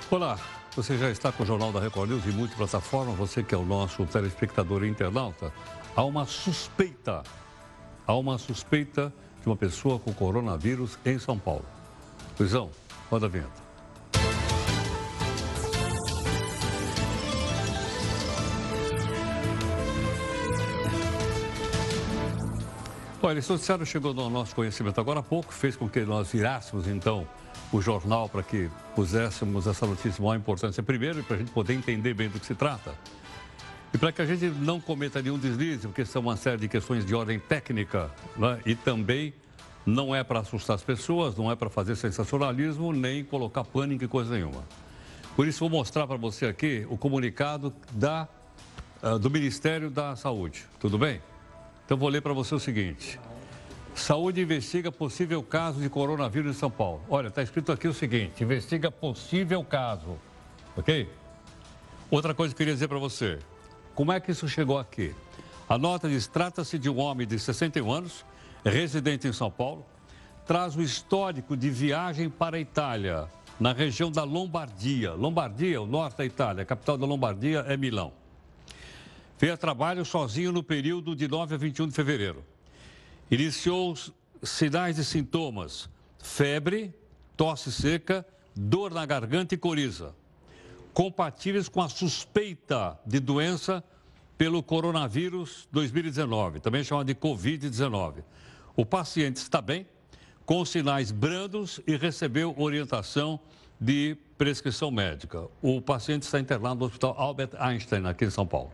Olá, você já está com o Jornal da Record News em multiplataforma, você que é o nosso telespectador e internauta. Há uma suspeita de uma pessoa com coronavírus em São Paulo. Luizão, roda a vinheta. Olha, esse noticiário chegou no nosso conhecimento agora há pouco, fez com que nós virássemos, então, o jornal para que puséssemos essa notícia de maior importância primeiro, para a gente poder entender bem do que se trata. E para que a gente não cometa nenhum deslize, porque são uma série de questões de ordem técnica, né? E também não é para assustar as pessoas, não é para fazer sensacionalismo, nem colocar pânico em coisa nenhuma. Por isso, vou mostrar para você aqui o comunicado do Ministério da Saúde. Tudo bem? Então, vou ler para você o seguinte. Saúde investiga possível caso de coronavírus em São Paulo. Olha, está escrito aqui o seguinte, investiga possível caso, ok? Outra coisa que eu queria dizer para você, como é que isso chegou aqui? A nota diz, trata-se de um homem de 61 anos, residente em São Paulo, traz o histórico de viagem para a Itália, na região da Lombardia. Lombardia, o norte da Itália, a capital da Lombardia é Milão. Veio a trabalho sozinho no período de 9 a 21 de fevereiro. Iniciou sinais e sintomas, febre, tosse seca, dor na garganta e coriza, compatíveis com a suspeita de doença pelo coronavírus 2019, também chamado de Covid-19. O paciente está bem, com sinais brandos e recebeu orientação de prescrição médica. O paciente está internado no Hospital Albert Einstein, aqui em São Paulo.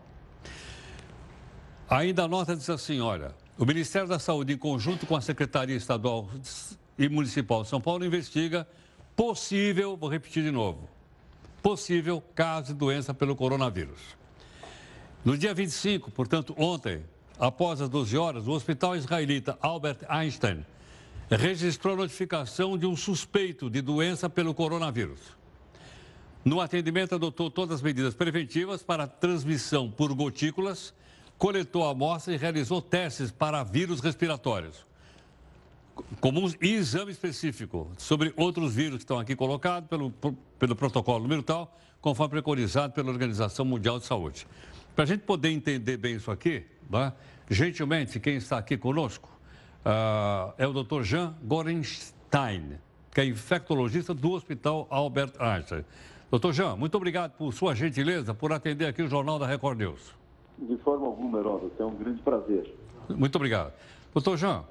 Ainda a nota diz assim, olha, o Ministério da Saúde, em conjunto com a Secretaria Estadual e Municipal de São Paulo, investiga possível, vou repetir de novo, possível caso de doença pelo coronavírus. No dia 25, portanto, ontem, após as 12 horas, o Hospital Israelita Albert Einstein registrou a notificação de um suspeito de doença pelo coronavírus. No atendimento, adotou todas as medidas preventivas para a transmissão por gotículas, coletou a amostra e realizou testes para vírus respiratórios, comuns e exame específico sobre outros vírus que estão aqui colocados pelo protocolo número tal, conforme preconizado pela Organização Mundial de Saúde. Para a gente poder entender bem isso aqui, né, gentilmente, quem está aqui conosco é o Dr. Jean Gorenstein, que é infectologista do Hospital Albert Einstein. Dr. Jean, muito obrigado por sua gentileza, por atender aqui o Jornal da Record News. De forma alguma, Heródoto, é um grande prazer. Muito obrigado. Doutor Jean,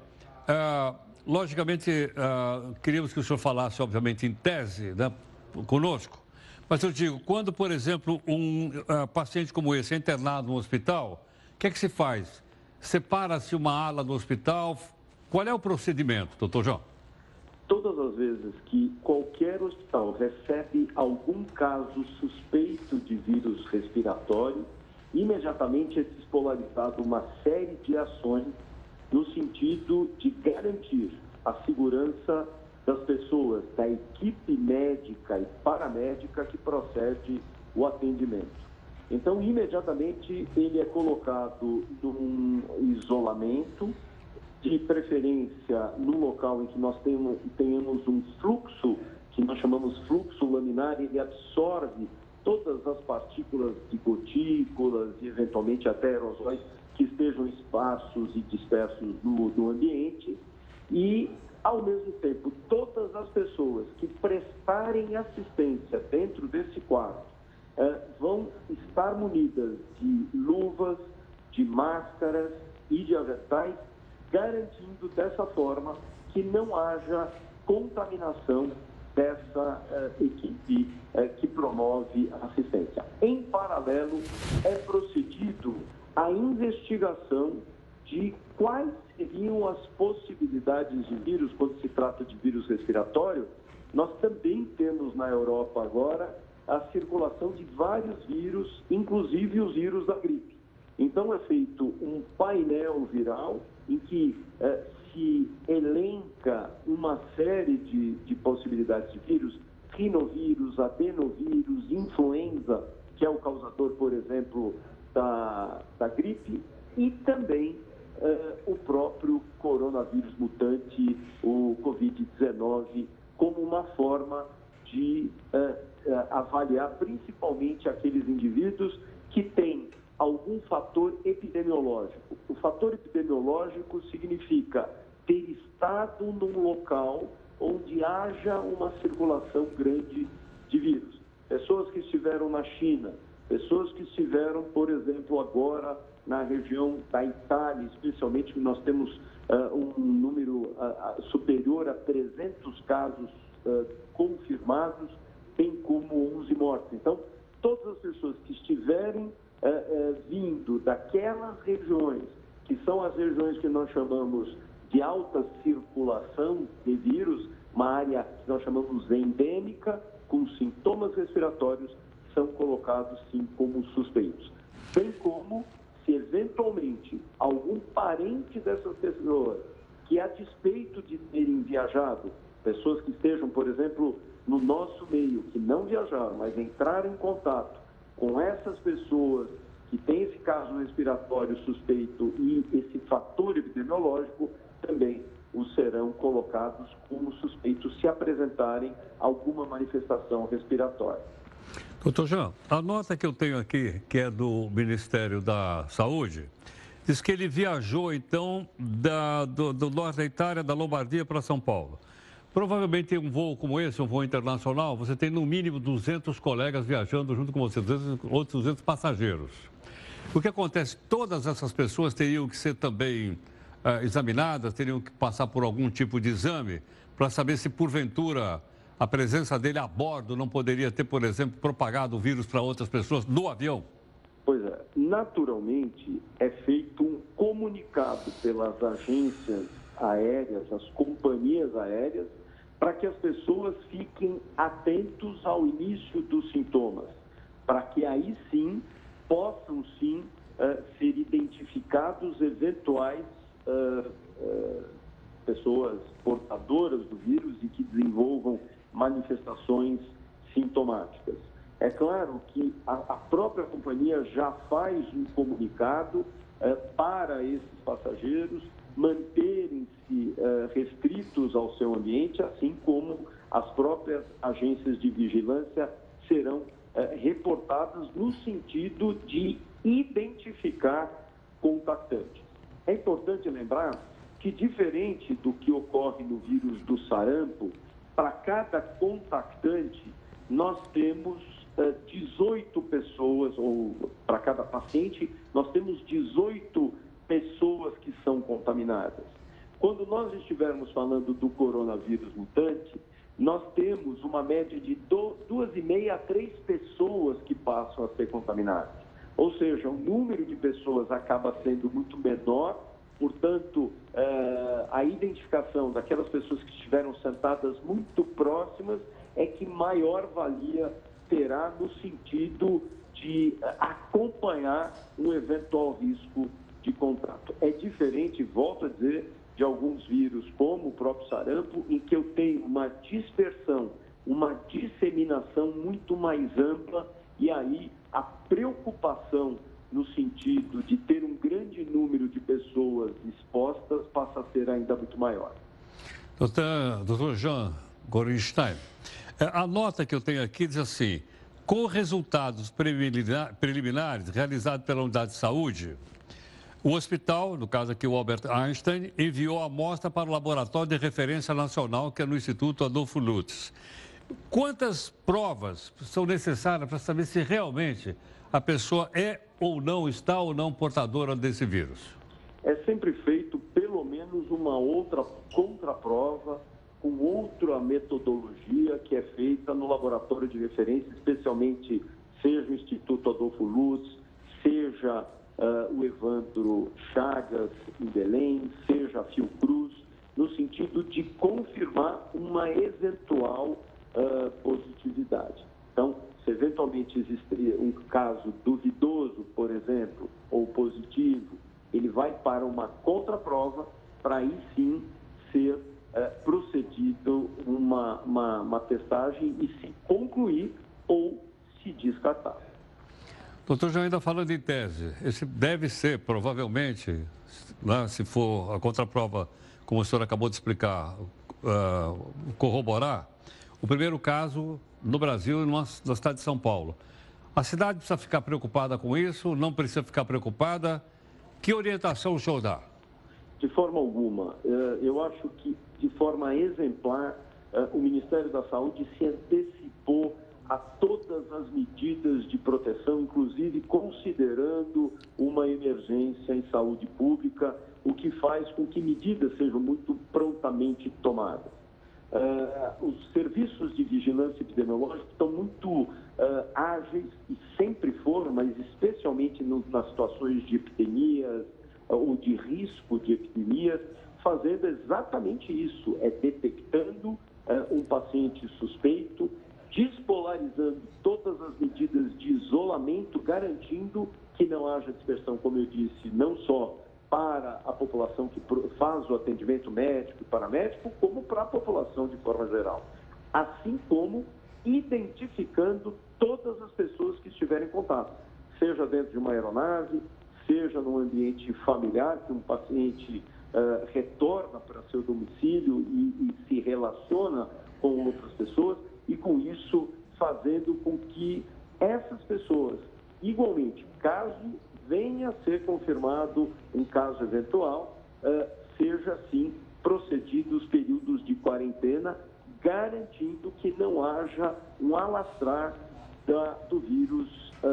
logicamente, queríamos que o senhor falasse, obviamente, em tese, né, conosco, mas eu digo, quando, por exemplo, um paciente como esse é internado no hospital, o que é que se faz? Separa-se uma ala do hospital? Qual é o procedimento, doutor Jean? Todas as vezes que qualquer hospital recebe algum caso suspeito de vírus respiratório, imediatamente é despolarizado uma série de ações no sentido de garantir a segurança das pessoas, da equipe médica e paramédica que procede o atendimento. Então, imediatamente, ele é colocado num isolamento, de preferência no local em que nós tenhamos um fluxo, que nós chamamos fluxo laminar, ele absorve todas as partículas de gotículas e, eventualmente, até aerosóis que estejam esparsos e dispersos no ambiente. E, ao mesmo tempo, todas as pessoas que prestarem assistência dentro desse quarto vão estar munidas de luvas, de máscaras e de aventais, garantindo dessa forma que não haja contaminação dessa equipe que promove a assistência. Em paralelo, é procedido a investigação de quais seriam as possibilidades de vírus, quando se trata de vírus respiratório. Nós também temos na Europa agora a circulação de vários vírus, inclusive os vírus da gripe. Então é feito um painel viral em que se elenca uma série de possibilidades de vírus, rinovírus, adenovírus, influenza, que é o causador, por exemplo, da gripe, e também o próprio coronavírus mutante, o Covid-19, como uma forma de avaliar principalmente aqueles indivíduos que têm algum fator epidemiológico. O fator epidemiológico significa ter estado num local onde haja uma circulação grande de vírus. Pessoas que estiveram na China, pessoas que estiveram, por exemplo, agora na região da Itália, especialmente, que nós temos um número superior a 300 casos confirmados, bem como 11 mortes. Então, todas as pessoas que estiverem vindo daquelas regiões, que são as regiões que nós chamamos de alta circulação de vírus, uma área que nós chamamos endêmica, com sintomas respiratórios, são colocados, sim, como suspeitos. Bem como, se eventualmente algum parente dessas pessoas, que a despeito de terem viajado, pessoas que estejam, por exemplo, no nosso meio, que não viajaram, mas entraram em contato com essas pessoas que têm esse caso respiratório suspeito e esse fator epidemiológico, também os serão colocados como suspeitos se apresentarem alguma manifestação respiratória. Doutor Jean, a nota que eu tenho aqui, que é do Ministério da Saúde, diz que ele viajou, então, do norte da Itália, da Lombardia para São Paulo. Provavelmente um voo como esse, um voo internacional, você tem no mínimo 200 colegas viajando junto com você, outros 200 passageiros. O que acontece? Todas essas pessoas teriam que ser também examinadas, teriam que passar por algum tipo de exame para saber se, porventura, a presença dele a bordo não poderia ter, por exemplo, propagado o vírus para outras pessoas no avião? Pois é, naturalmente é feito um comunicado pelas agências aéreas, as companhias aéreas, para que as pessoas fiquem atentos ao início dos sintomas, para que aí sim possam sim ser identificados eventuais pessoas portadoras do vírus e que desenvolvam manifestações sintomáticas. É claro que a própria companhia já faz um comunicado para esses passageiros manterem-se restritos ao seu ambiente, assim como as próprias agências de vigilância serão reportadas no sentido de identificar contactantes. É importante lembrar que, diferente do que ocorre no vírus do sarampo, para cada contactante, nós temos 18 pessoas, ou para cada paciente, nós temos 18 pessoas que são contaminadas. Quando nós estivermos falando do coronavírus mutante, nós temos uma média de 2,5 a 3 pessoas que passam a ser contaminadas. Ou seja, o número de pessoas acaba sendo muito menor, portanto, a identificação daquelas pessoas que estiveram sentadas muito próximas é que maior valia terá no sentido de acompanhar um eventual risco de contato. É diferente, volto a dizer, de alguns vírus, como o próprio sarampo, em que eu tenho uma dispersão, uma disseminação muito mais ampla, e aí a preocupação no sentido de ter um grande número de pessoas expostas passa a ser ainda muito maior. Doutor Jean Gorenstein, a nota que eu tenho aqui diz assim: com resultados preliminares realizados pela unidade de saúde, o hospital, no caso aqui o Albert Einstein, enviou a amostra para o laboratório de referência nacional, que é no Instituto Adolfo Lutz. Quantas provas são necessárias para saber se realmente a pessoa está ou não portadora desse vírus? É sempre feito pelo menos uma outra contraprova com outra metodologia que é feita no laboratório de referência, especialmente seja o Instituto Adolfo Lutz, seja o Evandro Chagas em Belém, seja a Fiocruz, no sentido de confirmar uma eventual positividade. Então, se eventualmente existir um caso duvidoso, por exemplo, ou positivo, ele vai para uma contraprova para aí sim ser procedido uma testagem e se concluir ou se descartar. Doutor, já ainda falando em tese, esse deve ser, provavelmente, né, se for a contraprova, como o senhor acabou de explicar, corroborar, o primeiro caso no Brasil, na cidade de São Paulo. A cidade precisa ficar preocupada com isso? Não precisa ficar preocupada? Que orientação o senhor dá? De forma alguma. Eu acho que, de forma exemplar, o Ministério da Saúde se antecipou a todas as medidas de proteção, inclusive considerando uma emergência em saúde pública, o que faz com que medidas sejam muito prontamente tomadas. Os serviços de vigilância epidemiológica estão muito ágeis e sempre foram, mas especialmente nas situações de epidemias ou de risco de epidemias, fazendo exatamente isso, detectando um paciente suspeito, despolarizando todas as medidas de isolamento, garantindo que não haja dispersão, como eu disse, não só para a população que faz o atendimento médico e paramédico, como para a população de forma geral. Assim como identificando todas as pessoas que estiverem em contato, seja dentro de uma aeronave, seja num ambiente familiar, que um paciente retorna para seu domicílio e se relaciona com outras pessoas, e com isso fazendo com que essas pessoas, igualmente, caso venha a ser confirmado um caso eventual, seja assim procedido os períodos de quarentena, garantindo que não haja um alastrar do vírus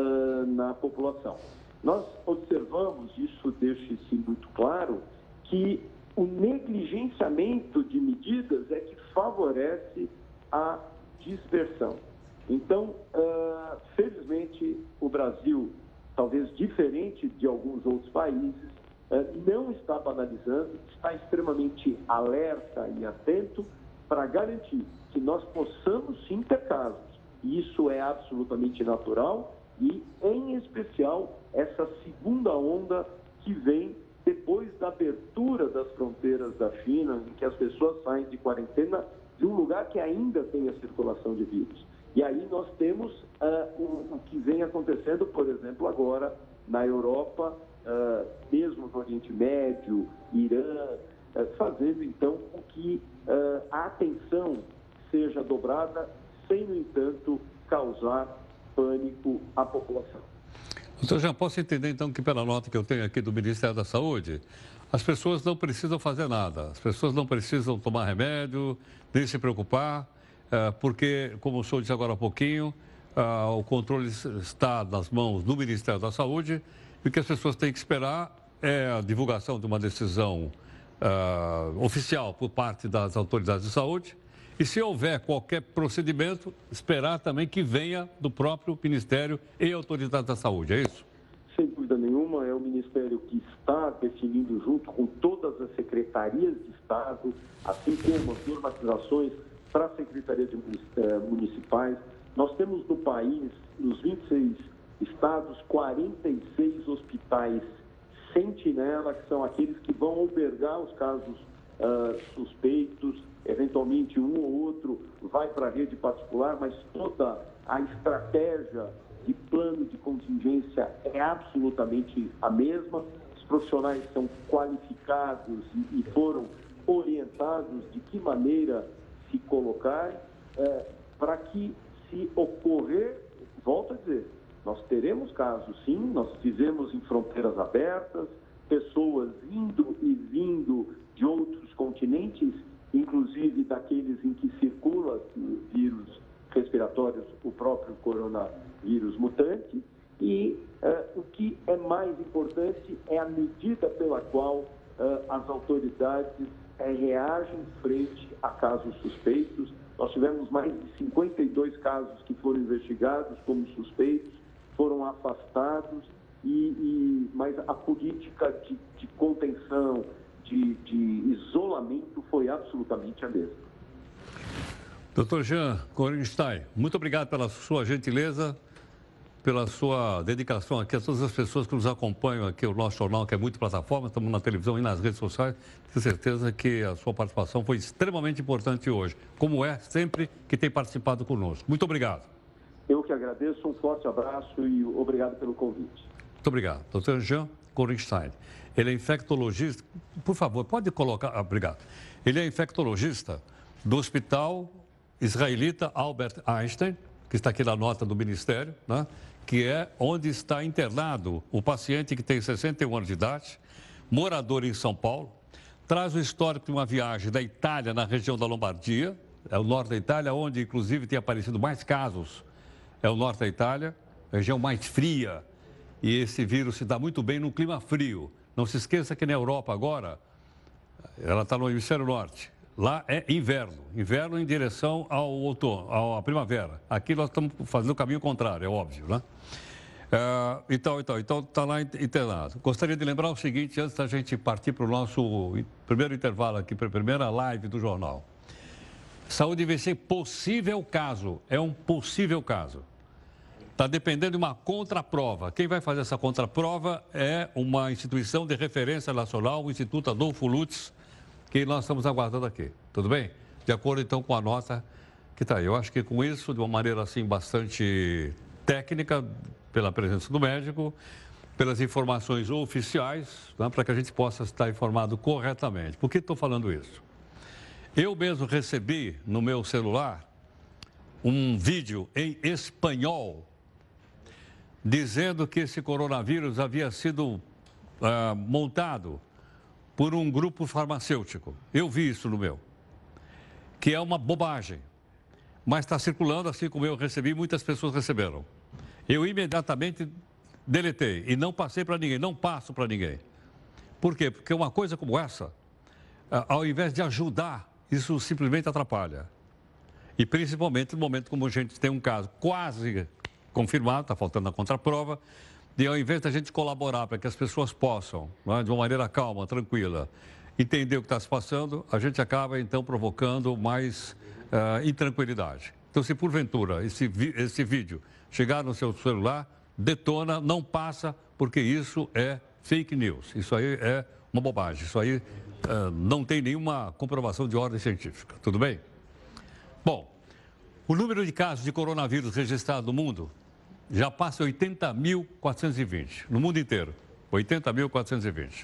na população. Nós observamos, isso deixa-se muito claro, que o negligenciamento de medidas é que favorece a dispersão. Então, felizmente, o Brasil, talvez diferente de alguns outros países, não está banalizando, está extremamente alerta e atento para garantir que nós possamos sim ter casos. E isso é absolutamente natural e, em especial, essa segunda onda que vem depois da abertura das fronteiras da China, em que as pessoas saem de quarentena de um lugar que ainda tem a circulação de vírus. E aí nós temos o que vem acontecendo, por exemplo, agora na Europa, mesmo no Oriente Médio, Irã, fazendo então com que a atenção seja dobrada, sem, no entanto, causar pânico à população. Doutor Jean, posso entender então que pela nota que eu tenho aqui do Ministério da Saúde, as pessoas não precisam fazer nada, as pessoas não precisam tomar remédio, nem se preocupar, porque, como o senhor disse agora há pouquinho, o controle está nas mãos do Ministério da Saúde e o que as pessoas têm que esperar é a divulgação de uma decisão oficial por parte das autoridades de saúde e, se houver qualquer procedimento, esperar também que venha do próprio Ministério e autoridades da saúde, é isso? Sem dúvida nenhuma, é o Ministério que está definindo, junto com todas as secretarias de Estado, assim como as normatizações para as secretarias municipais. Nós temos no país, nos 26 estados, 46 hospitais sentinela, que são aqueles que vão albergar os casos suspeitos. Eventualmente, um ou outro vai para a rede particular, mas toda a estratégia de plano de contingência é absolutamente a mesma. Os profissionais são qualificados e foram orientados de que maneira se colocar para que, se ocorrer, volto a dizer, nós teremos casos sim, nós fizemos em fronteiras abertas, pessoas indo e vindo de outros continentes, inclusive daqueles em que circula vírus respiratórios, o próprio coronavírus mutante, e o que é mais importante é a medida pela qual as autoridades reagem frente a casos suspeitos. Nós tivemos mais de 52 casos que foram investigados como suspeitos, foram afastados, mas a política de contenção, de isolamento foi absolutamente a mesma. Doutor Jean Gorenstein, muito obrigado pela sua gentileza, pela sua dedicação aqui a todas as pessoas que nos acompanham aqui, o nosso jornal, que é muito plataforma, estamos na televisão e nas redes sociais. Tenho certeza que a sua participação foi extremamente importante hoje, como é sempre que tem participado conosco. Muito obrigado. Eu que agradeço, um forte abraço e obrigado pelo convite. Muito obrigado. Doutor Jean Gorenstein, ele é infectologista, por favor, pode colocar, obrigado. Ele é infectologista do Hospital israelita Albert Einstein, que está aqui na nota do Ministério, né? Que é onde está internado o paciente que tem 61 anos de idade, morador em São Paulo, traz o histórico de uma viagem da Itália na região da Lombardia, é o norte da Itália, onde inclusive tem aparecido mais casos, é o norte da Itália, região mais fria, e esse vírus se dá muito bem no clima frio. Não se esqueça que na Europa agora, ela está no hemisfério norte, lá é inverno, inverno em direção ao outono, à primavera. Aqui nós estamos fazendo o caminho contrário, é óbvio, né? Então está lá internado. Gostaria de lembrar o seguinte, antes da gente partir para o nosso primeiro intervalo aqui, para a primeira live do jornal. Saúde vai ser possível caso, é um possível caso. Está dependendo de uma contraprova. Quem vai fazer essa contraprova é uma instituição de referência nacional, o Instituto Adolfo Lutz, que nós estamos aguardando aqui. Tudo bem? De acordo, então, com a nota que está aí. Eu acho que com isso, de uma maneira, assim, bastante técnica, pela presença do médico, pelas informações oficiais, né, para que a gente possa estar informado corretamente. Por que estou falando isso? Eu mesmo recebi no meu celular um vídeo em espanhol dizendo que esse coronavírus havia sido montado por um grupo farmacêutico. Eu vi isso no meu, que é uma bobagem, mas está circulando, assim como eu recebi, muitas pessoas receberam. Eu imediatamente deletei e não passei para ninguém, não passo para ninguém. Por quê? Porque uma coisa como essa, ao invés de ajudar, isso simplesmente atrapalha. E principalmente no momento como a gente tem um caso quase confirmado, está faltando a contraprova, e ao invés da gente colaborar para que as pessoas possam, né, de uma maneira calma, tranquila, entender o que está se passando, a gente acaba então provocando mais intranquilidade. Então, se porventura esse vídeo chegar no seu celular, detona, não passa, porque isso é fake news. Isso aí é uma bobagem. Isso aí não tem nenhuma comprovação de ordem científica. Tudo bem? Bom, o número de casos de coronavírus registrados no mundo já passa 80.420. No mundo inteiro, 80.420.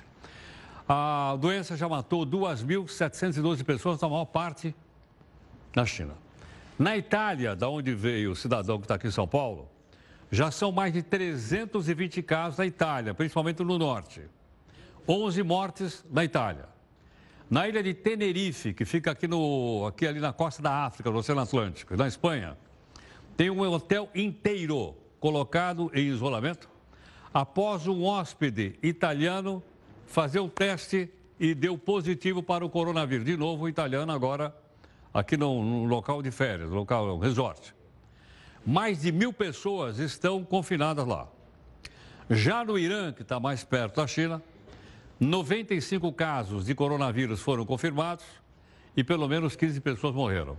A doença já matou 2.712 pessoas, na maior parte na China. Na Itália, da onde veio o cidadão que está aqui em São Paulo, já são mais de 320 casos na Itália, principalmente no norte. 11 mortes na Itália. Na ilha de Tenerife, que fica aqui ali na costa da África, no Oceano Atlântico, na Espanha, tem um hotel inteiro colocado em isolamento após um hóspede italiano fazer o teste e deu positivo para o coronavírus. De novo, o italiano agora aqui no local de férias, no resort. Mais de 1.000 pessoas estão confinadas lá. Já no Irã, que está mais perto da China, 95 casos de coronavírus foram confirmados e pelo menos 15 pessoas morreram.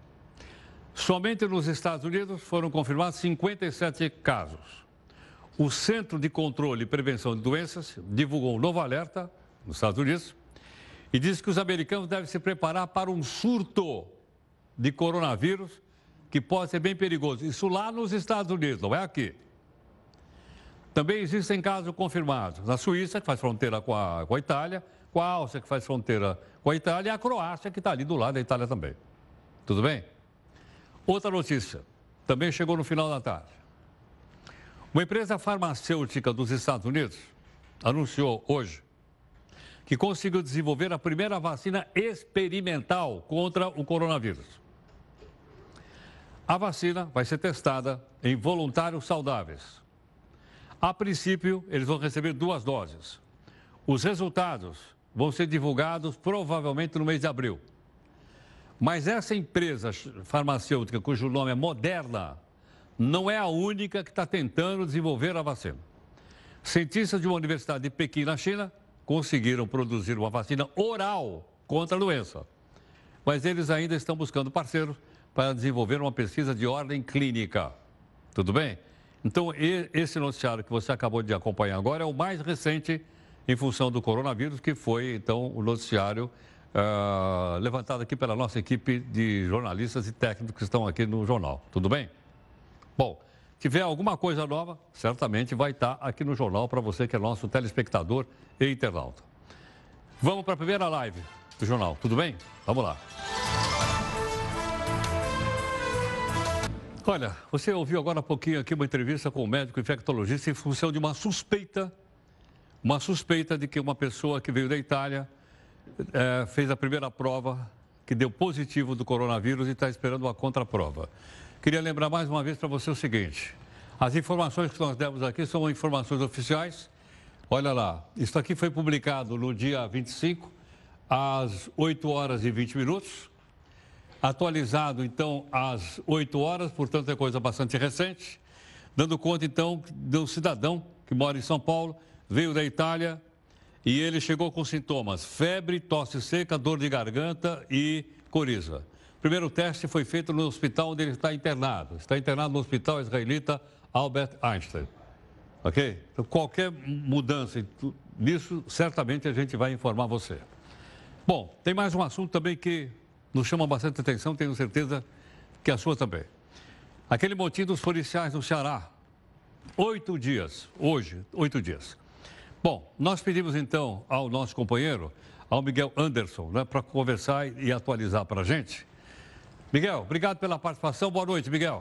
Somente nos Estados Unidos foram confirmados 57 casos. O Centro de Controle e Prevenção de Doenças divulgou um novo alerta nos Estados Unidos e diz que os americanos devem se preparar para um surto de coronavírus que pode ser bem perigoso. Isso lá nos Estados Unidos, não é aqui. Também existem casos confirmados na Suíça, que faz fronteira com a Itália, com a Áustria, que faz fronteira com a Itália, e a Croácia, que está ali do lado da Itália também. Tudo bem? Outra notícia, também chegou no final da tarde. Uma empresa farmacêutica dos Estados Unidos anunciou hoje que conseguiu desenvolver a primeira vacina experimental contra o coronavírus. A vacina vai ser testada em voluntários saudáveis. A princípio, eles vão receber 2 doses. Os resultados vão ser divulgados provavelmente no mês de abril. Mas essa empresa farmacêutica, cujo nome é Moderna, não é a única que está tentando desenvolver a vacina. Cientistas de uma universidade de Pequim, na China, conseguiram produzir uma vacina oral contra a doença. Mas eles ainda estão buscando parceiros para desenvolver uma pesquisa de ordem clínica. Tudo bem? Então, esse noticiário que você acabou de acompanhar agora é o mais recente em função do coronavírus, que foi, então, o noticiário levantado aqui pela nossa equipe de jornalistas e técnicos que estão aqui no jornal. Tudo bem? Bom, se tiver alguma coisa nova, certamente vai estar aqui no jornal para você que é nosso telespectador e internauta. Vamos para a primeira live do jornal, tudo bem? Vamos lá. Olha, você ouviu agora há pouquinho aqui uma entrevista com um médico infectologista em função de uma suspeita de que uma pessoa que veio da Itália fez a primeira prova, que deu positivo do coronavírus e está esperando uma contraprova. Queria lembrar mais uma vez para você o seguinte: as informações que nós demos aqui são informações oficiais. Olha lá, isso aqui foi publicado no dia 25, às 8 horas e 20 minutos. Atualizado, então, às 8 horas, portanto, é coisa bastante recente. Dando conta, então, de um cidadão que mora em São Paulo, veio da Itália e ele chegou com sintomas: febre, tosse seca, dor de garganta e coriza. O primeiro teste foi feito no hospital onde ele está internado. Está internado no Hospital Israelita Albert Einstein. Ok? Então, qualquer mudança nisso, certamente a gente vai informar você. Bom, tem mais um assunto também que nos chama bastante atenção, tenho certeza que a sua também. Aquele motim dos policiais no Ceará. 8 dias, hoje, 8 dias. Bom, nós pedimos então ao nosso companheiro, ao Miguel Anderson, né, para conversar e atualizar para a gente. Miguel, obrigado pela participação. Boa noite, Miguel.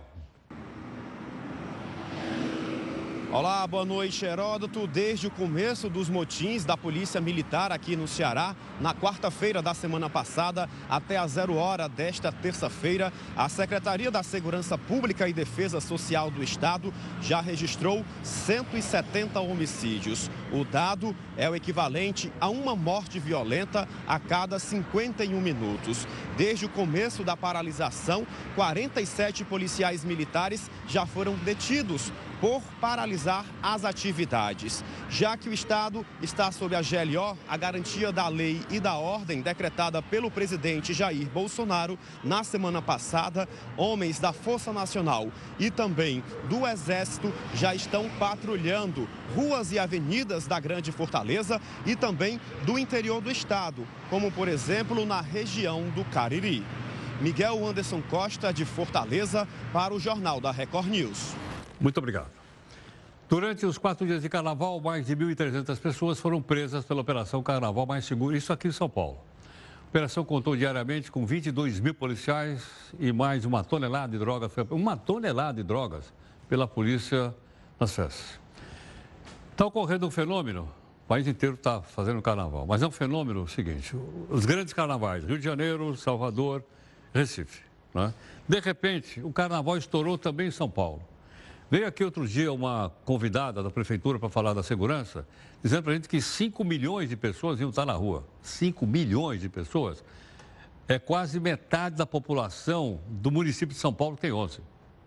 Olá, boa noite, Heródoto. Desde o começo dos motins da Polícia Militar aqui no Ceará, na quarta-feira da semana passada até a 0 hora desta terça-feira, a Secretaria da Segurança Pública e Defesa Social do Estado já registrou 170 homicídios. O dado é o equivalente a uma morte violenta a cada 51 minutos. Desde o começo da paralisação, 47 policiais militares já foram detidos por paralisar as atividades. Já que o Estado está sob a GLO, a garantia da lei e da ordem decretada pelo presidente Jair Bolsonaro, na semana passada, homens da Força Nacional e também do Exército já estão patrulhando ruas e avenidas da Grande Fortaleza e também do interior do Estado, como, por exemplo, na região do Cariri. Miguel Anderson Costa, de Fortaleza, para o Jornal da Record News. Muito obrigado. Durante os 4 dias de carnaval, mais de 1.300 pessoas foram presas pela Operação Carnaval Mais Seguro, isso aqui em São Paulo. A operação contou diariamente com 22 mil policiais e mais uma tonelada de drogas. Uma tonelada de drogas pela polícia nas festas. Está ocorrendo um fenômeno, o país inteiro está fazendo carnaval, mas é um fenômeno seguinte: os grandes carnavais, Rio de Janeiro, Salvador, Recife, né? De repente, o carnaval estourou também em São Paulo. Veio aqui outro dia uma convidada da prefeitura para falar da segurança, dizendo para a gente que 5 milhões de pessoas iam estar na rua. 5 milhões de pessoas é quase metade da população do município de São Paulo, que tem 11.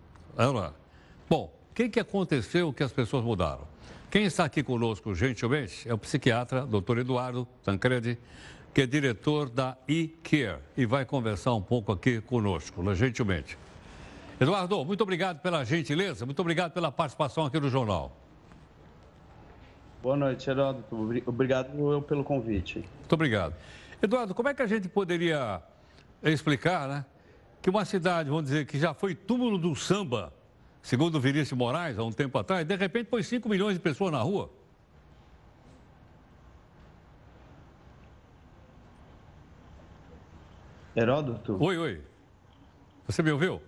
Bom, o que aconteceu que as pessoas mudaram? Quem está aqui conosco, gentilmente, é o psiquiatra, Dr. Eduardo Tancredi, que é diretor da eCare e vai conversar um pouco aqui conosco, gentilmente. Eduardo, muito obrigado pela gentileza, muito obrigado pela participação aqui no jornal. Boa noite, Heródoto. Obrigado pelo convite. Muito obrigado. Eduardo, como é que a gente poderia explicar, né, que uma cidade, vamos dizer, que já foi túmulo do samba, segundo Vinícius Moraes, há um tempo atrás, de repente pôs 5 milhões de pessoas na rua? Heródoto? Oi. Você me ouviu?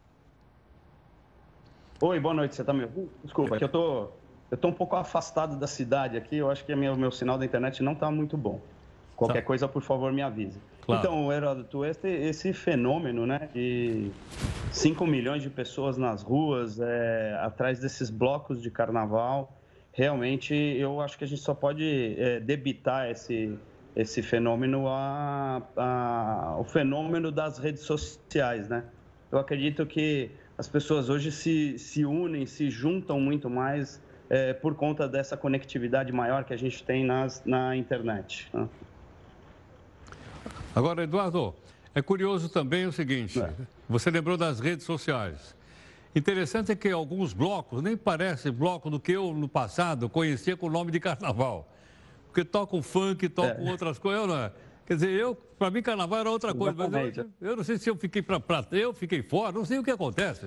Oi, boa noite, você está me ouvindo? Desculpa, que eu tô um pouco afastado da cidade aqui, eu acho que o meu sinal da internet não está muito bom. Qualquer coisa, por favor, me avise. Claro. Então, Heródoto, esse fenômeno, né, de 5 milhões de pessoas nas ruas, atrás desses blocos de carnaval, realmente eu acho que a gente só pode debitar esse fenômeno ao fenômeno das redes sociais, né? Eu acredito que as pessoas hoje se unem, se juntam muito mais por conta dessa conectividade maior que a gente tem na internet, né? Agora, Eduardo, é curioso também o seguinte, você lembrou das redes sociais. Interessante é que alguns blocos nem parecem bloco do que eu, no passado, conhecia com o nome de carnaval. Porque tocam funk, tocam outras coisas, não é? Quer dizer, para mim, carnaval era outra coisa, mas eu não sei se eu fiquei eu fiquei fora, não sei o que acontece.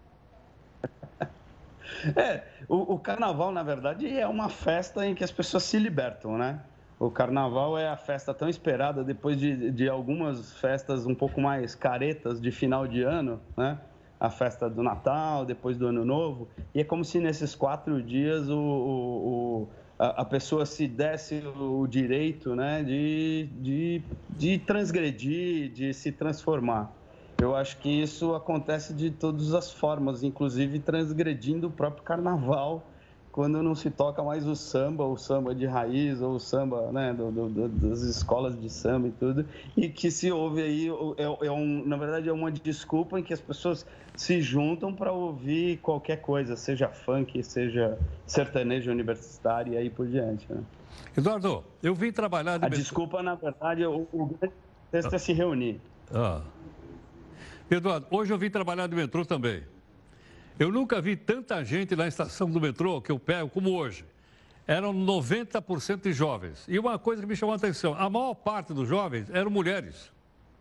O carnaval, na verdade, é uma festa em que as pessoas se libertam, né? O carnaval é a festa tão esperada depois de algumas festas um pouco mais caretas de final de ano, né? a festa do Natal, depois do Ano Novo, e é como se nesses 4 dias a pessoa se desse o direito, né, de transgredir, de se transformar. Eu acho que isso acontece de todas as formas, inclusive transgredindo o próprio carnaval, quando não se toca mais o samba de raiz, ou o samba, né, das escolas de samba e tudo, e que se ouve aí, na verdade é uma desculpa em que as pessoas se juntam para ouvir qualquer coisa, seja funk, seja sertanejo universitário e aí por diante, né? Eduardo, eu vim trabalhar... A desculpa, na verdade, o grande texto é se reunir. Eduardo, hoje eu vim trabalhar de metrô também. Eu nunca vi tanta gente na estação do metrô que eu pego como hoje. Eram 90% de jovens. E uma coisa que me chamou a atenção, a maior parte dos jovens eram mulheres.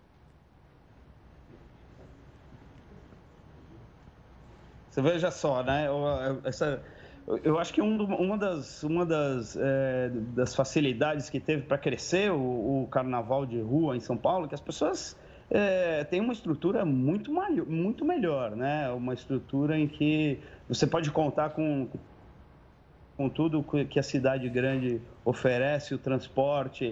Você veja só, né? Eu acho que uma das facilidades que teve para crescer o carnaval de rua em São Paulo, que as pessoas... tem uma estrutura muito melhor, né? Uma estrutura em que você pode contar com tudo que a cidade grande oferece, o transporte,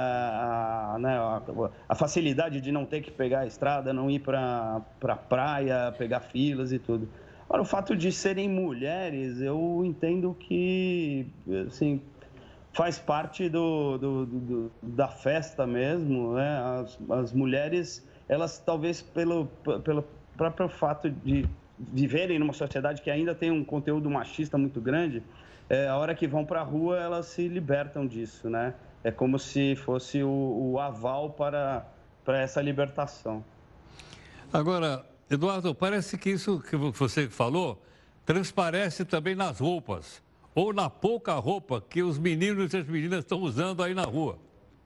a facilidade de não ter que pegar a estrada, não ir para a praia, pegar filas e tudo. Agora, o fato de serem mulheres, eu entendo que, assim, faz parte da festa mesmo, né? As mulheres, elas talvez pelo próprio fato de viverem numa sociedade que ainda tem um conteúdo machista muito grande, a hora que vão para a rua, elas se libertam disso, né? É como se fosse o aval para essa libertação. Agora, Eduardo, parece que isso que você falou transparece também nas roupas. Ou na pouca roupa que os meninos e as meninas estão usando aí na rua.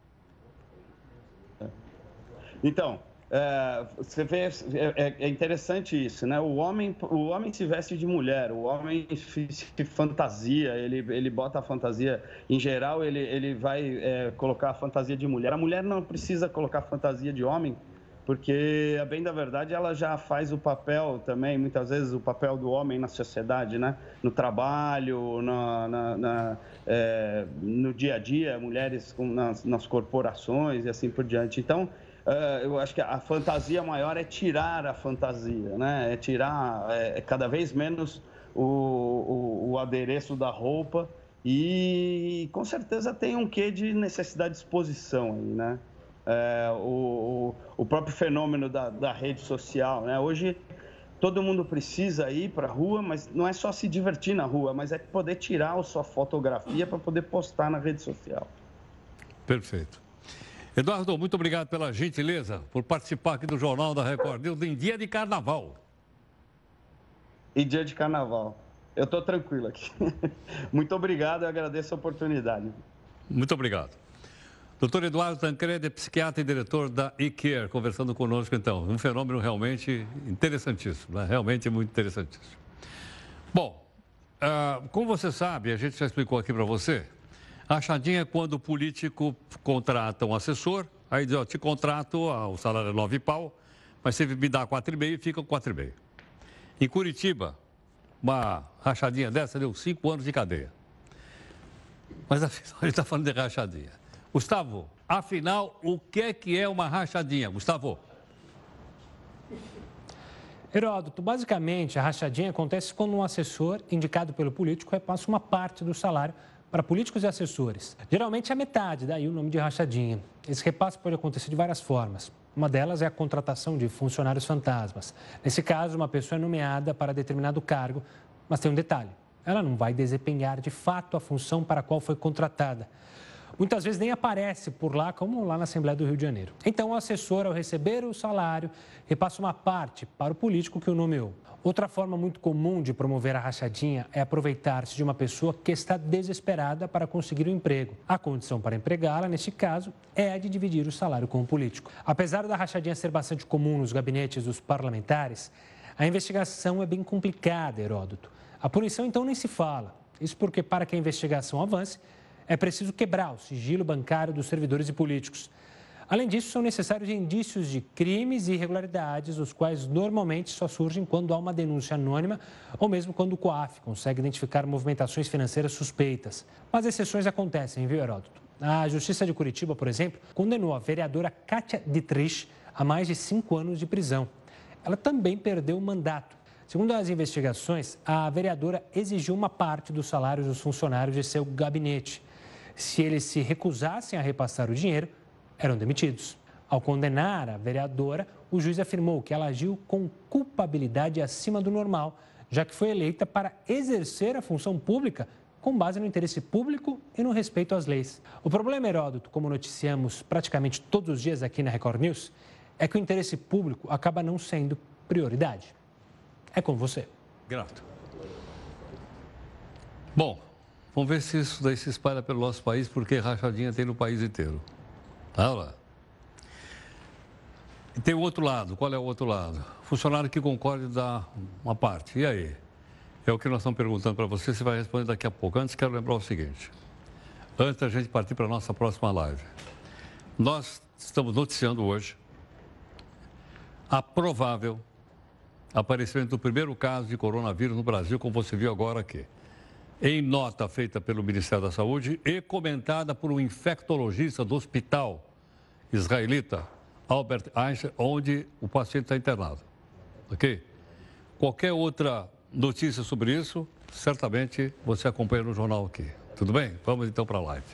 Então, você vê, é interessante isso, né? O homem se veste de mulher, o homem se fantasia, ele bota a fantasia, em geral ele vai colocar a fantasia de mulher. A mulher não precisa colocar fantasia de homem, porque, a bem da verdade, ela já faz o papel também, muitas vezes, o papel do homem na sociedade, né? No trabalho, no dia a dia, mulheres nas corporações e assim por diante. Então, eu acho que a fantasia maior é tirar a fantasia, né? É tirar cada vez menos o adereço da roupa e, com certeza, tem um quê de necessidade de exposição aí, né? O próprio fenômeno da rede social, né? Hoje todo mundo precisa ir para a rua, mas não é só se divertir na rua, mas é poder tirar a sua fotografia para poder postar na rede social. Perfeito. Eduardo, muito obrigado pela gentileza por participar aqui do Jornal da Record News em dia de carnaval. E dia de carnaval. Eu estou tranquilo aqui. Muito obrigado, eu agradeço a oportunidade. Muito obrigado. Doutor Eduardo Tancredi, psiquiatra e diretor da eCare, conversando conosco, então. Um fenômeno realmente interessantíssimo, né? Realmente muito interessantíssimo. Bom, como você sabe, a gente já explicou aqui para você, a rachadinha é quando o político contrata um assessor, aí diz, te contrato, o salário é 9 pau, mas você me dá 4,5 e fica com 4,5. Em Curitiba, uma rachadinha dessa deu 5 anos de cadeia. Mas afinal, a gente está falando de rachadinha. Gustavo, afinal, o que é uma rachadinha? Gustavo. Heródoto, basicamente, a rachadinha acontece quando um assessor indicado pelo político repassa uma parte do salário para políticos e assessores. Geralmente é metade, daí o nome de rachadinha. Esse repasse pode acontecer de várias formas. Uma delas é a contratação de funcionários fantasmas. Nesse caso, uma pessoa é nomeada para determinado cargo, mas tem um detalhe. Ela não vai desempenhar de fato a função para a qual foi contratada. Muitas vezes nem aparece por lá, como lá na Assembleia do Rio de Janeiro. Então, o assessor, ao receber o salário, repassa uma parte para o político que o nomeou. Outra forma muito comum de promover a rachadinha é aproveitar-se de uma pessoa que está desesperada para conseguir um emprego. A condição para empregá-la, neste caso, é a de dividir o salário com o político. Apesar da rachadinha ser bastante comum nos gabinetes dos parlamentares, a investigação é bem complicada, Heródoto. A punição, então, nem se fala. Isso porque, para que a investigação avance, é preciso quebrar o sigilo bancário dos servidores e políticos. Além disso, são necessários indícios de crimes e irregularidades, os quais normalmente só surgem quando há uma denúncia anônima ou mesmo quando o COAF consegue identificar movimentações financeiras suspeitas. Mas exceções acontecem, viu, Heródoto? A Justiça de Curitiba, por exemplo, condenou a vereadora Kátia Dietrich a mais de 5 anos de prisão. Ela também perdeu o mandato. Segundo as investigações, a vereadora exigiu uma parte dos salários dos funcionários de seu gabinete. Se eles se recusassem a repassar o dinheiro, eram demitidos. Ao condenar a vereadora, o juiz afirmou que ela agiu com culpabilidade acima do normal, já que foi eleita para exercer a função pública com base no interesse público e no respeito às leis. O problema, Heródoto, como noticiamos praticamente todos os dias aqui na Record News, é que o interesse público acaba não sendo prioridade. É com você. Grato. Bom, vamos ver se isso daí se espalha pelo nosso país, porque rachadinha tem no país inteiro. Olha lá. E tem o outro lado. Qual é o outro lado? Funcionário que concorde dá uma parte. E aí? É o que nós estamos perguntando para você, você vai responder daqui a pouco. Antes, quero lembrar o seguinte. Antes da gente partir para a nossa próxima live. Nós estamos noticiando hoje a provável aparecimento do primeiro caso de coronavírus no Brasil, como você viu agora aqui. Em nota feita pelo Ministério da Saúde e comentada por um infectologista do hospital israelita, Albert Einstein, onde o paciente está internado. Ok? Qualquer outra notícia sobre isso, certamente você acompanha no jornal aqui. Tudo bem? Vamos então para a live.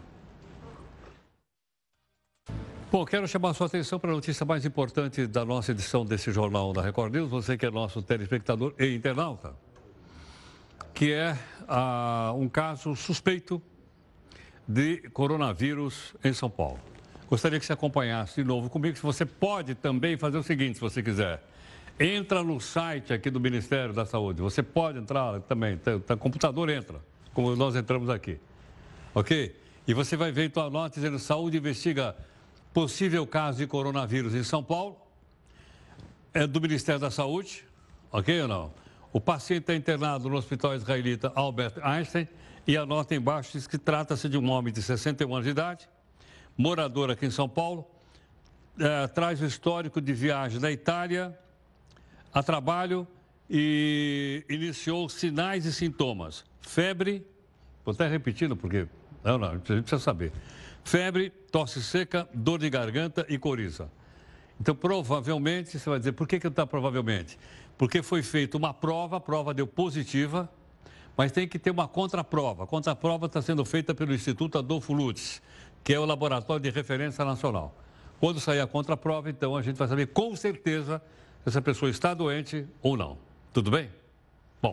Bom, quero chamar a sua atenção para a notícia mais importante da nossa edição desse jornal da Record News, você que é nosso telespectador e internauta, que é um caso suspeito de coronavírus em São Paulo. Gostaria que você acompanhasse de novo comigo. Você pode também fazer o seguinte, se você quiser. Entra no site aqui do Ministério da Saúde. Você pode entrar também. O computador entra, como nós entramos aqui. Ok? E você vai ver então a nota dizendo: Saúde investiga possível caso de coronavírus em São Paulo. É do Ministério da Saúde. Ok ou não? O paciente está internado no hospital israelita Albert Einstein. E a nota embaixo diz que trata-se de um homem de 61 anos de idade, morador aqui em São Paulo. Traz o histórico de viagem da Itália a trabalho e iniciou sinais e sintomas. Febre, vou até repetindo porque não, a gente precisa saber. Febre, tosse seca, dor de garganta e coriza. Então, provavelmente, você vai dizer, por que está provavelmente? Porque foi feita uma prova, a prova deu positiva, mas tem que ter uma contraprova. A contraprova está sendo feita pelo Instituto Adolfo Lutz, que é o laboratório de referência nacional. Quando sair a contraprova, então, a gente vai saber com certeza se essa pessoa está doente ou não. Tudo bem? Bom,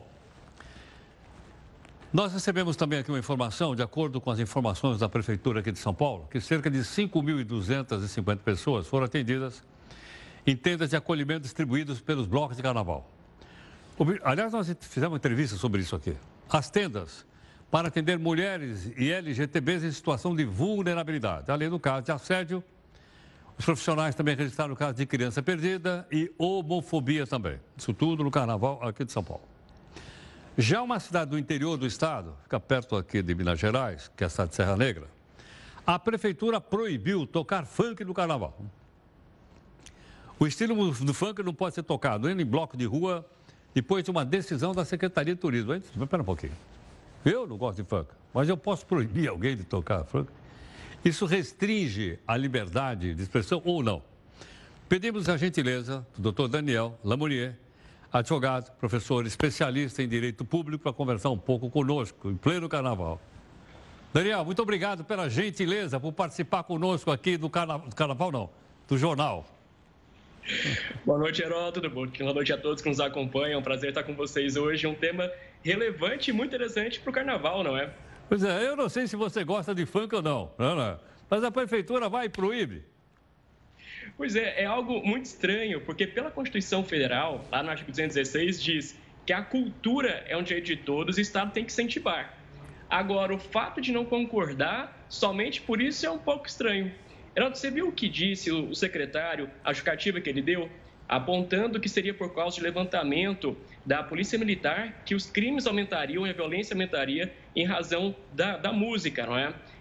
nós recebemos também aqui uma informação, de acordo com as informações da Prefeitura aqui de São Paulo, que cerca de 5.250 pessoas foram atendidas em tendas de acolhimento distribuídos pelos blocos de carnaval. Aliás, nós fizemos uma entrevista sobre isso aqui. As tendas para atender mulheres e LGTBs em situação de vulnerabilidade. Além do caso de assédio, os profissionais também registraram o caso de criança perdida e homofobia também. Isso tudo no carnaval aqui de São Paulo. Já uma cidade do interior do estado, fica perto aqui de Minas Gerais, que é a cidade de Serra Negra, a prefeitura proibiu tocar funk no carnaval. O estilo do funk não pode ser tocado nem em bloco de rua, depois de uma decisão da Secretaria de Turismo. Espera um pouquinho. Eu não gosto de funk, mas eu posso proibir alguém de tocar funk? Isso restringe a liberdade de expressão ou não? Pedimos a gentileza do Dr. Daniel Lamourier, advogado, professor especialista em direito público, para conversar um pouco conosco em pleno carnaval. Daniel, muito obrigado pela gentileza por participar conosco aqui do carnaval não, do jornal. Boa noite, Heródoto. Boa noite a todos que nos acompanham. É um prazer estar com vocês hoje. Um tema relevante e muito interessante para o carnaval, não é? Pois é, eu não sei se você gosta de funk ou não, mas a prefeitura vai e proíbe. Pois é algo muito estranho, porque pela Constituição Federal, lá no artigo 216, diz que a cultura é um direito de todos e o Estado tem que incentivar. Agora, o fato de não concordar, somente por isso é um pouco estranho. Heródoto, você viu o que disse o secretário, a justificativa que ele deu, apontando que seria por causa de levantamento da Polícia Militar que os crimes aumentariam e a violência aumentaria em razão da música, não é?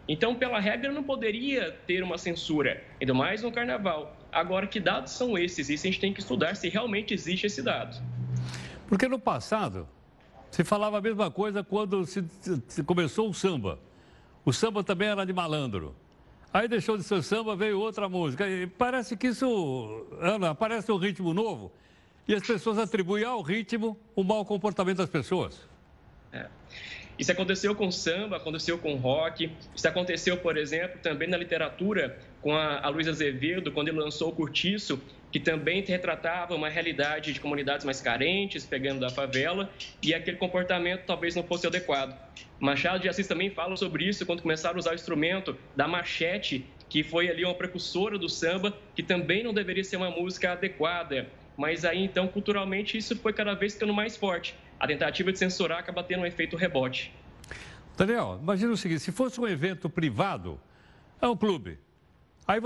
Então, pela regra, não poderia ter uma censura, ainda mais no carnaval. Agora, que dados são esses? Isso a gente tem que estudar se realmente existe esse dado. Porque no passado, se falava a mesma coisa quando se começou o samba. O samba também era de malandro. Aí deixou de ser samba, veio outra música. E parece que isso, Ana, aparece um ritmo novo e as pessoas atribuem ao ritmo o mau comportamento das pessoas. Isso aconteceu com samba, aconteceu com rock, isso aconteceu, por exemplo, também na literatura, com a Luísa Azevedo, quando ele lançou o Cortiço, que também retratava uma realidade de comunidades mais carentes, pegando da favela, e aquele comportamento talvez não fosse adequado. Machado de Assis também fala sobre isso quando começaram a usar o instrumento da machete, que foi ali uma precursora do samba, que também não deveria ser uma música adequada. Mas aí, então, culturalmente, isso foi cada vez ficando mais forte. A tentativa de censurar acaba tendo um efeito rebote. Daniel, imagina o seguinte, se fosse um evento privado, é um clube. Aí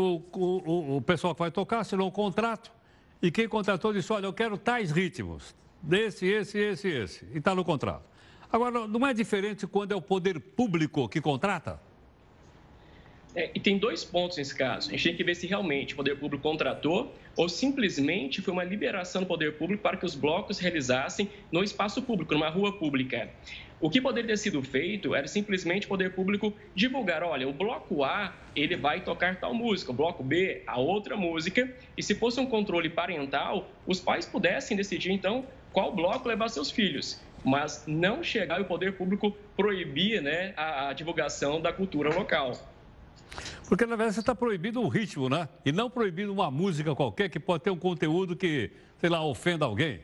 o pessoal que vai tocar assinou um contrato e quem contratou disse, olha, eu quero tais ritmos, desse, esse. E está no contrato. Agora, não é diferente quando é o poder público que contrata? E tem dois pontos nesse caso. A gente tem que ver se realmente o poder público contratou ou simplesmente foi uma liberação do poder público para que os blocos realizassem no espaço público, numa rua pública. O que poderia ter sido feito era simplesmente o poder público divulgar, olha, o bloco A, ele vai tocar tal música, o bloco B, a outra música, e se fosse um controle parental, os pais pudessem decidir, então, qual bloco levar seus filhos, mas não chegar e o poder público proibir, né, a divulgação da cultura local. Porque, na verdade, você está proibindo um ritmo, né? E não proibindo uma música qualquer que pode ter um conteúdo que, sei lá, ofenda alguém.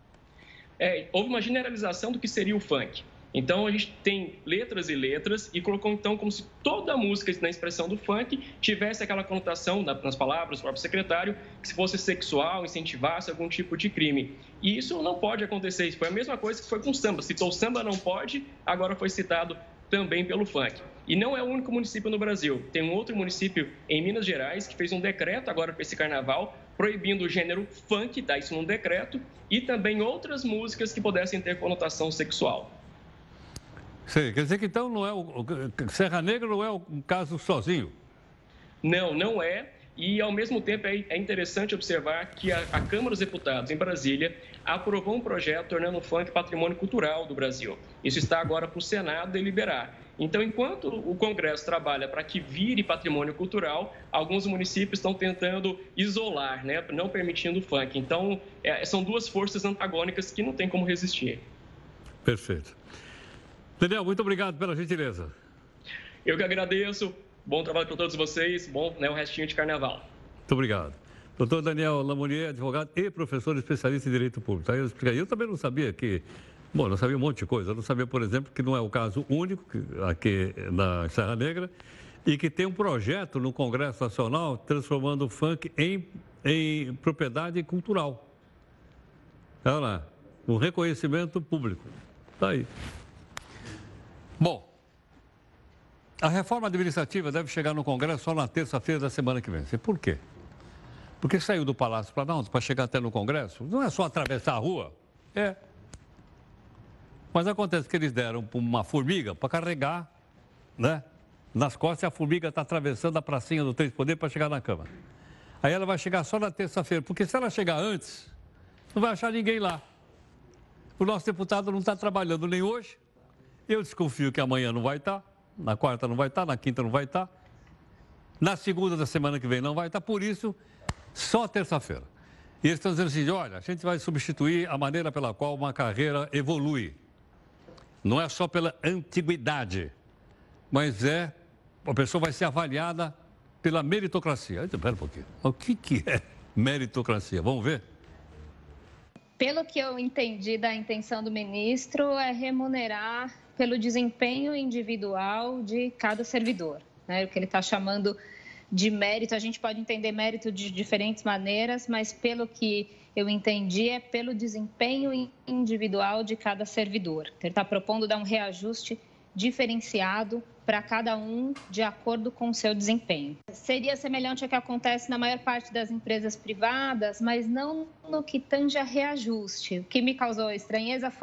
Houve uma generalização do que seria o funk. Então, a gente tem letras e letras e colocou, então, como se toda a música na expressão do funk tivesse aquela conotação, nas palavras do próprio secretário, que se fosse sexual, incentivasse algum tipo de crime. E isso não pode acontecer. Isso foi a mesma coisa que foi com o samba. Citou o samba não pode, agora foi citado também pelo funk. E não é o único município no Brasil. Tem um outro município em Minas Gerais que fez um decreto agora para esse carnaval, proibindo o gênero funk, dá isso num decreto, e também outras músicas que pudessem ter conotação sexual. Sim, quer dizer que então não é Serra Negra não é um caso sozinho? Não, não é. E, ao mesmo tempo, é interessante observar que a Câmara dos Deputados, em Brasília, aprovou um projeto tornando o funk patrimônio cultural do Brasil. Isso está agora para o Senado deliberar. Então, enquanto o Congresso trabalha para que vire patrimônio cultural, alguns municípios estão tentando isolar, né, não permitindo o funk. Então, são duas forças antagônicas que não tem como resistir. Perfeito. Daniel, muito obrigado pela gentileza. Eu que agradeço. Bom trabalho para todos vocês. Bom, né, o restinho de carnaval. Muito obrigado. Doutor Daniel Lamonier, advogado e professor especialista em Direito Público. Aí eu expliquei. Eu também não sabia que... Bom, não sabia um monte de coisa. Eu não sabia, por exemplo, que não é o caso único aqui na Serra Negra e que tem um projeto no Congresso Nacional transformando o funk em propriedade cultural. Olha lá, um reconhecimento público. Está aí. Bom, a reforma administrativa deve chegar no Congresso só na terça-feira da semana que vem. Por quê? Porque saiu do Palácio Planalto para chegar até no Congresso. Não é só atravessar a rua. Mas acontece que eles deram uma formiga para carregar, né, nas costas, e a formiga está atravessando a pracinha do Três Poderes para chegar na Câmara. Aí ela vai chegar só na terça-feira, porque se ela chegar antes, não vai achar ninguém lá. O nosso deputado não está trabalhando nem hoje. Eu desconfio que amanhã não vai estar, na quarta não vai estar, na quinta não vai estar, na segunda da semana que vem não vai estar, por isso, só terça-feira. E eles estão dizendo assim, olha, a gente vai substituir a maneira pela qual uma carreira evolui. Não é só pela antiguidade, mas a pessoa vai ser avaliada pela meritocracia. Espera um pouquinho, o que é meritocracia? Vamos ver? Pelo que eu entendi da intenção do ministro, é remunerar pelo desempenho individual de cada servidor, né? O que ele está chamando de mérito, a gente pode entender mérito de diferentes maneiras, mas pelo que eu entendi é pelo desempenho individual de cada servidor. Ele está propondo dar um reajuste diferenciado para cada um de acordo com o seu desempenho. Seria semelhante ao que acontece na maior parte das empresas privadas, mas não no que tange a reajuste. O que me causou estranheza foi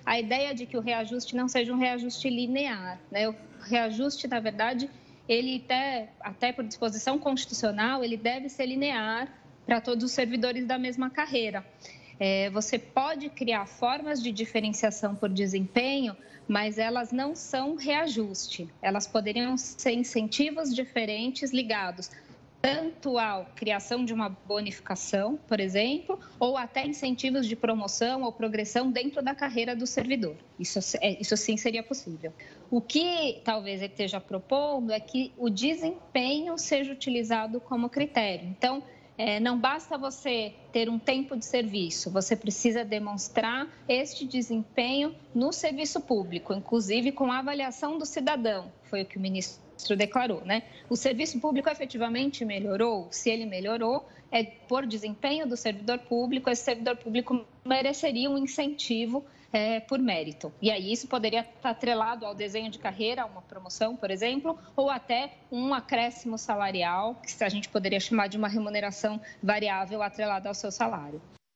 a ideia de que o reajuste não seja um reajuste linear, né? O reajuste, na verdade, ele até por disposição constitucional, ele deve ser linear para todos os servidores da mesma carreira. Você pode criar formas de diferenciação por desempenho, mas elas não são reajuste. Elas poderiam ser incentivos diferentes ligados tanto à criação de uma bonificação, por exemplo, ou até incentivos de promoção ou progressão dentro da carreira do servidor. Isso sim seria possível. O que talvez ele esteja propondo é que o desempenho seja utilizado como critério. Então, não basta você ter um tempo de serviço, você precisa demonstrar este desempenho no serviço público, inclusive com a avaliação do cidadão, foi o que o ministro declarou, né? O serviço público efetivamente melhorou? Se ele melhorou, por desempenho do servidor público, esse servidor público mereceria um incentivo por mérito. E aí isso poderia estar atrelado ao desenho de carreira, a uma promoção, por exemplo, ou até um acréscimo salarial, que a gente poderia chamar de uma remuneração variável atrelada ao seu salário.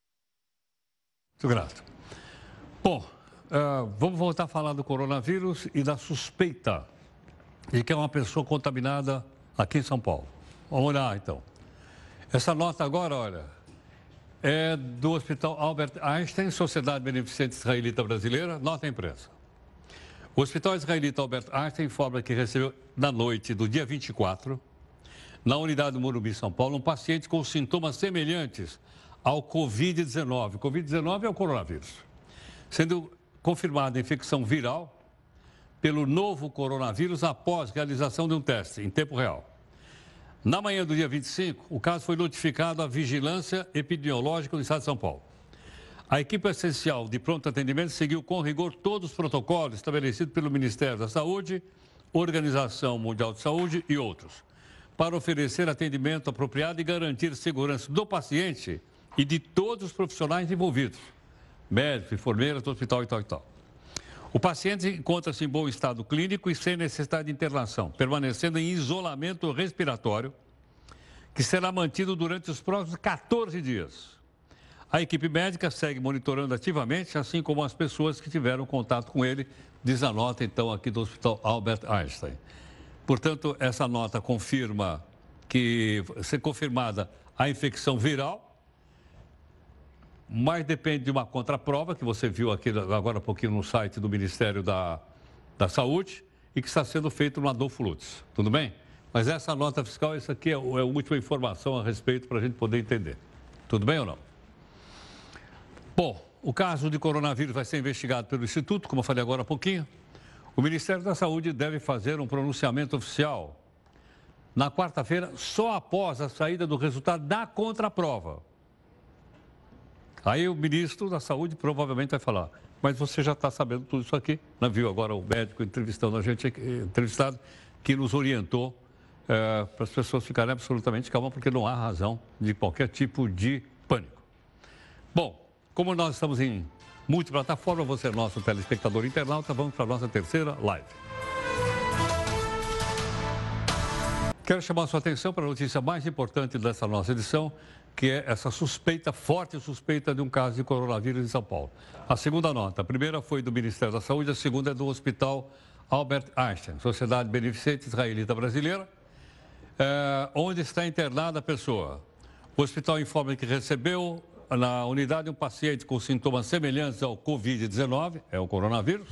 Muito grato. Bom, vamos voltar a falar do coronavírus e da suspeita de que é uma pessoa contaminada aqui em São Paulo. Vamos olhar, então. Essa nota agora, olha, é do Hospital Albert Einstein, Sociedade Beneficente Israelita Brasileira, nota à imprensa. O Hospital Israelita Albert Einstein informa que recebeu, na noite do dia 24, na unidade do Morumbi, São Paulo, um paciente com sintomas semelhantes ao Covid-19. Covid-19 é o coronavírus. Sendo confirmada a infecção viral pelo novo coronavírus após realização de um teste em tempo real. Na manhã do dia 25, o caso foi notificado à Vigilância Epidemiológica do Estado de São Paulo. A equipe essencial de pronto atendimento seguiu com rigor todos os protocolos estabelecidos pelo Ministério da Saúde, Organização Mundial de Saúde e outros, para oferecer atendimento apropriado e garantir segurança do paciente e de todos os profissionais envolvidos, médicos, enfermeiras do hospital e tal e tal. O paciente encontra-se em bom estado clínico e sem necessidade de internação, permanecendo em isolamento respiratório, que será mantido durante os próximos 14 dias. A equipe médica segue monitorando ativamente, assim como as pessoas que tiveram contato com ele, diz a nota, então, aqui do Hospital Albert Einstein. Portanto, essa nota confirma que ser confirmada a infecção viral, mas depende de uma contraprova, que você viu aqui agora há pouquinho no site do Ministério da Saúde, e que está sendo feito no Adolfo Lutz. Tudo bem? Mas essa nota fiscal, isso aqui é a última informação a respeito para a gente poder entender. Tudo bem ou não? Bom, o caso de coronavírus vai ser investigado pelo Instituto, como eu falei agora há pouquinho. O Ministério da Saúde deve fazer um pronunciamento oficial na quarta-feira, só após a saída do resultado da contraprova. Aí o ministro da Saúde provavelmente vai falar, mas você já está sabendo tudo isso aqui, não viu agora o médico entrevistando a gente, entrevistado, que nos orientou para as pessoas ficarem absolutamente calmas, porque não há razão de qualquer tipo de pânico. Bom, como nós estamos em multiplataforma, você é nosso telespectador internauta, vamos para a nossa terceira live. Quero chamar a sua atenção para a notícia mais importante dessa nossa edição, que é essa suspeita, forte suspeita de um caso de coronavírus em São Paulo. A segunda nota, a primeira foi do Ministério da Saúde, a segunda é do Hospital Albert Einstein, Sociedade Beneficente Israelita Brasileira, onde está internada a pessoa. O hospital informa que recebeu na unidade um paciente com sintomas semelhantes ao Covid-19, é o coronavírus,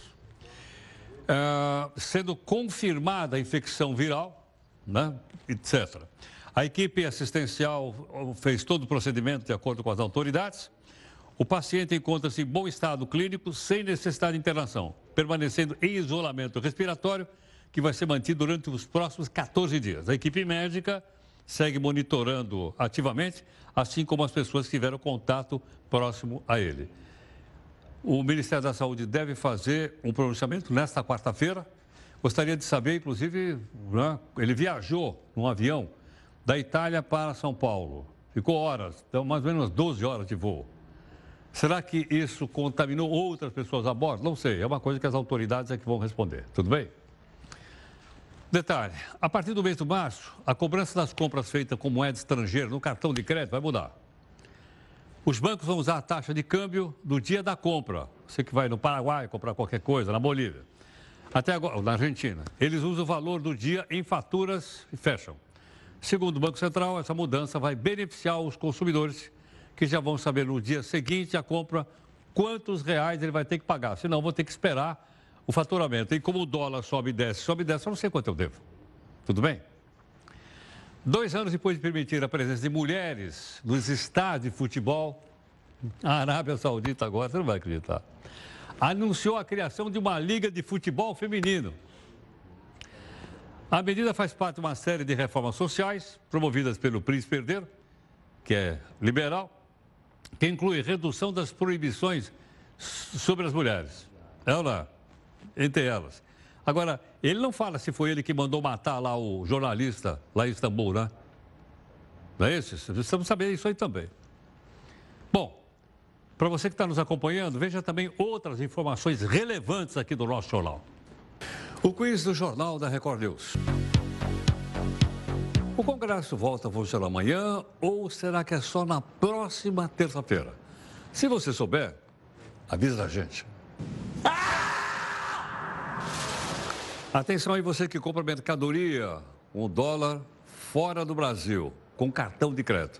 sendo confirmada a infecção viral, né, etc. A equipe assistencial fez todo o procedimento de acordo com as autoridades. O paciente encontra-se em bom estado clínico, sem necessidade de internação, permanecendo em isolamento respiratório, que vai ser mantido durante os próximos 14 dias. A equipe médica segue monitorando ativamente, assim como as pessoas que tiveram contato próximo a ele. O Ministério da Saúde deve fazer um pronunciamento nesta quarta-feira. Gostaria de saber, inclusive, né, ele viajou num avião da Itália para São Paulo. Ficou horas, então mais ou menos 12 horas de voo. Será que isso contaminou outras pessoas a bordo? Não sei, é uma coisa que as autoridades é que vão responder. Tudo bem? Detalhe, a partir do mês de março, a cobrança das compras feitas com moeda estrangeira no cartão de crédito vai mudar. Os bancos vão usar a taxa de câmbio do dia da compra. Você que vai no Paraguai comprar qualquer coisa, na Bolívia. Até agora, na Argentina. Eles usam o valor do dia em faturas e fecham. Segundo o Banco Central, essa mudança vai beneficiar os consumidores que já vão saber no dia seguinte a compra quantos reais ele vai ter que pagar. Senão, vou ter que esperar o faturamento. E como o dólar sobe e desce, eu não sei quanto eu devo. Tudo bem? 2 anos depois de permitir a presença de mulheres nos estádios de futebol, a Arábia Saudita agora, você não vai acreditar, anunciou a criação de uma liga de futebol feminino. A medida faz parte de uma série de reformas sociais promovidas pelo príncipe herdeiro, que é liberal, que inclui redução das proibições sobre as mulheres. Ela, entre elas. Agora, ele não fala se foi ele que mandou matar lá o jornalista, lá em Istambul, né? Não é isso? Precisamos saber isso aí também. Bom, para você que está nos acompanhando, veja também outras informações relevantes aqui do nosso jornal. O quiz do Jornal da Record News. O Congresso volta a funcionar amanhã ou será que é só na próxima terça-feira? Se você souber, avisa a gente. Atenção aí você que compra mercadoria, um dólar fora do Brasil, com cartão de crédito.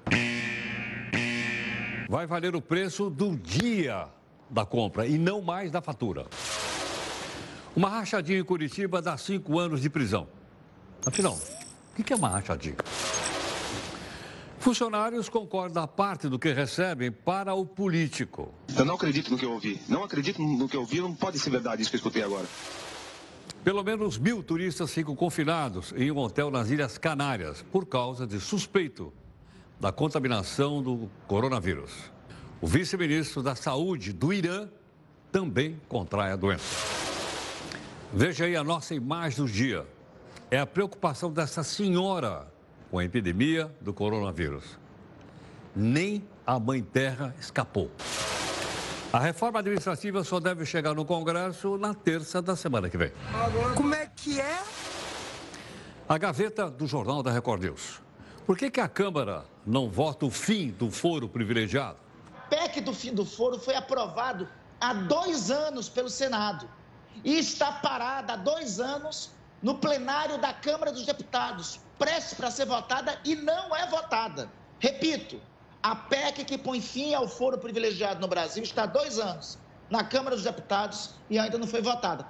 Vai valer o preço do dia da compra e não mais da fatura. Uma rachadinha em Curitiba dá 5 anos de prisão. Afinal, o que é uma rachadinha? Funcionários concordam a parte do que recebem para o político. Eu não acredito no que eu ouvi. Não acredito no que eu ouvi, não pode ser verdade isso que eu escutei agora. Pelo menos 1.000 turistas ficam confinados em um hotel nas Ilhas Canárias por causa de suspeito da contaminação do coronavírus. O vice-ministro da Saúde do Irã também contrai a doença. Veja aí a nossa imagem do dia. É a preocupação dessa senhora com a epidemia do coronavírus. Nem a Mãe Terra escapou. A reforma administrativa só deve chegar no Congresso na terça da semana que vem. Como é que é? A gaveta do Jornal da Record News. Por que a Câmara não vota o fim do foro privilegiado? O PEC do fim do foro foi aprovado há 2 anos pelo Senado e está parada há 2 anos no plenário da Câmara dos Deputados, prestes para ser votada e não é votada. Repito, a PEC que põe fim ao foro privilegiado no Brasil está há 2 anos na Câmara dos Deputados e ainda não foi votada.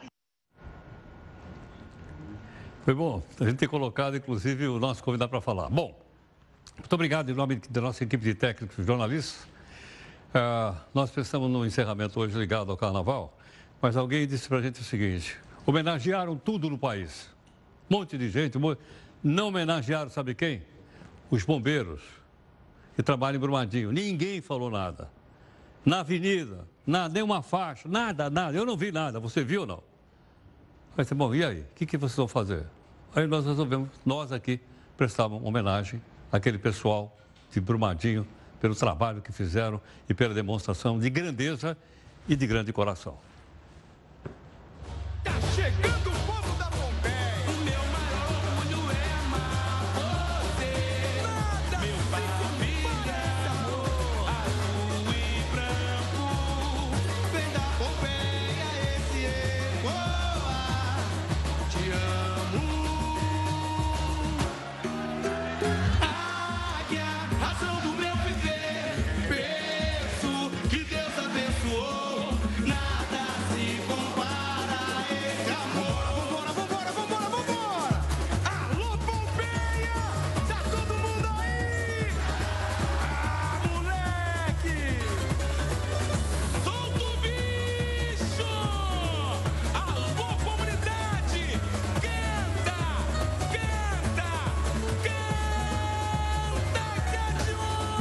Foi bom a gente ter colocado, inclusive, o nosso convidado para falar. Bom, muito obrigado em nome da nossa equipe de técnicos e jornalistas. Nós estamos no encerramento hoje ligado ao Carnaval, mas alguém disse para a gente o seguinte: homenagearam tudo no país. Um monte de gente, não homenagearam, sabe quem? Os bombeiros que trabalham em Brumadinho. Ninguém falou nada. Na avenida, nenhuma faixa, nada. Eu não vi nada. Você viu ou não? Mas, bom, e aí? O que vocês vão fazer? Aí nós resolvemos, nós aqui, prestar uma homenagem àquele pessoal de Brumadinho, pelo trabalho que fizeram e pela demonstração de grandeza e de grande coração.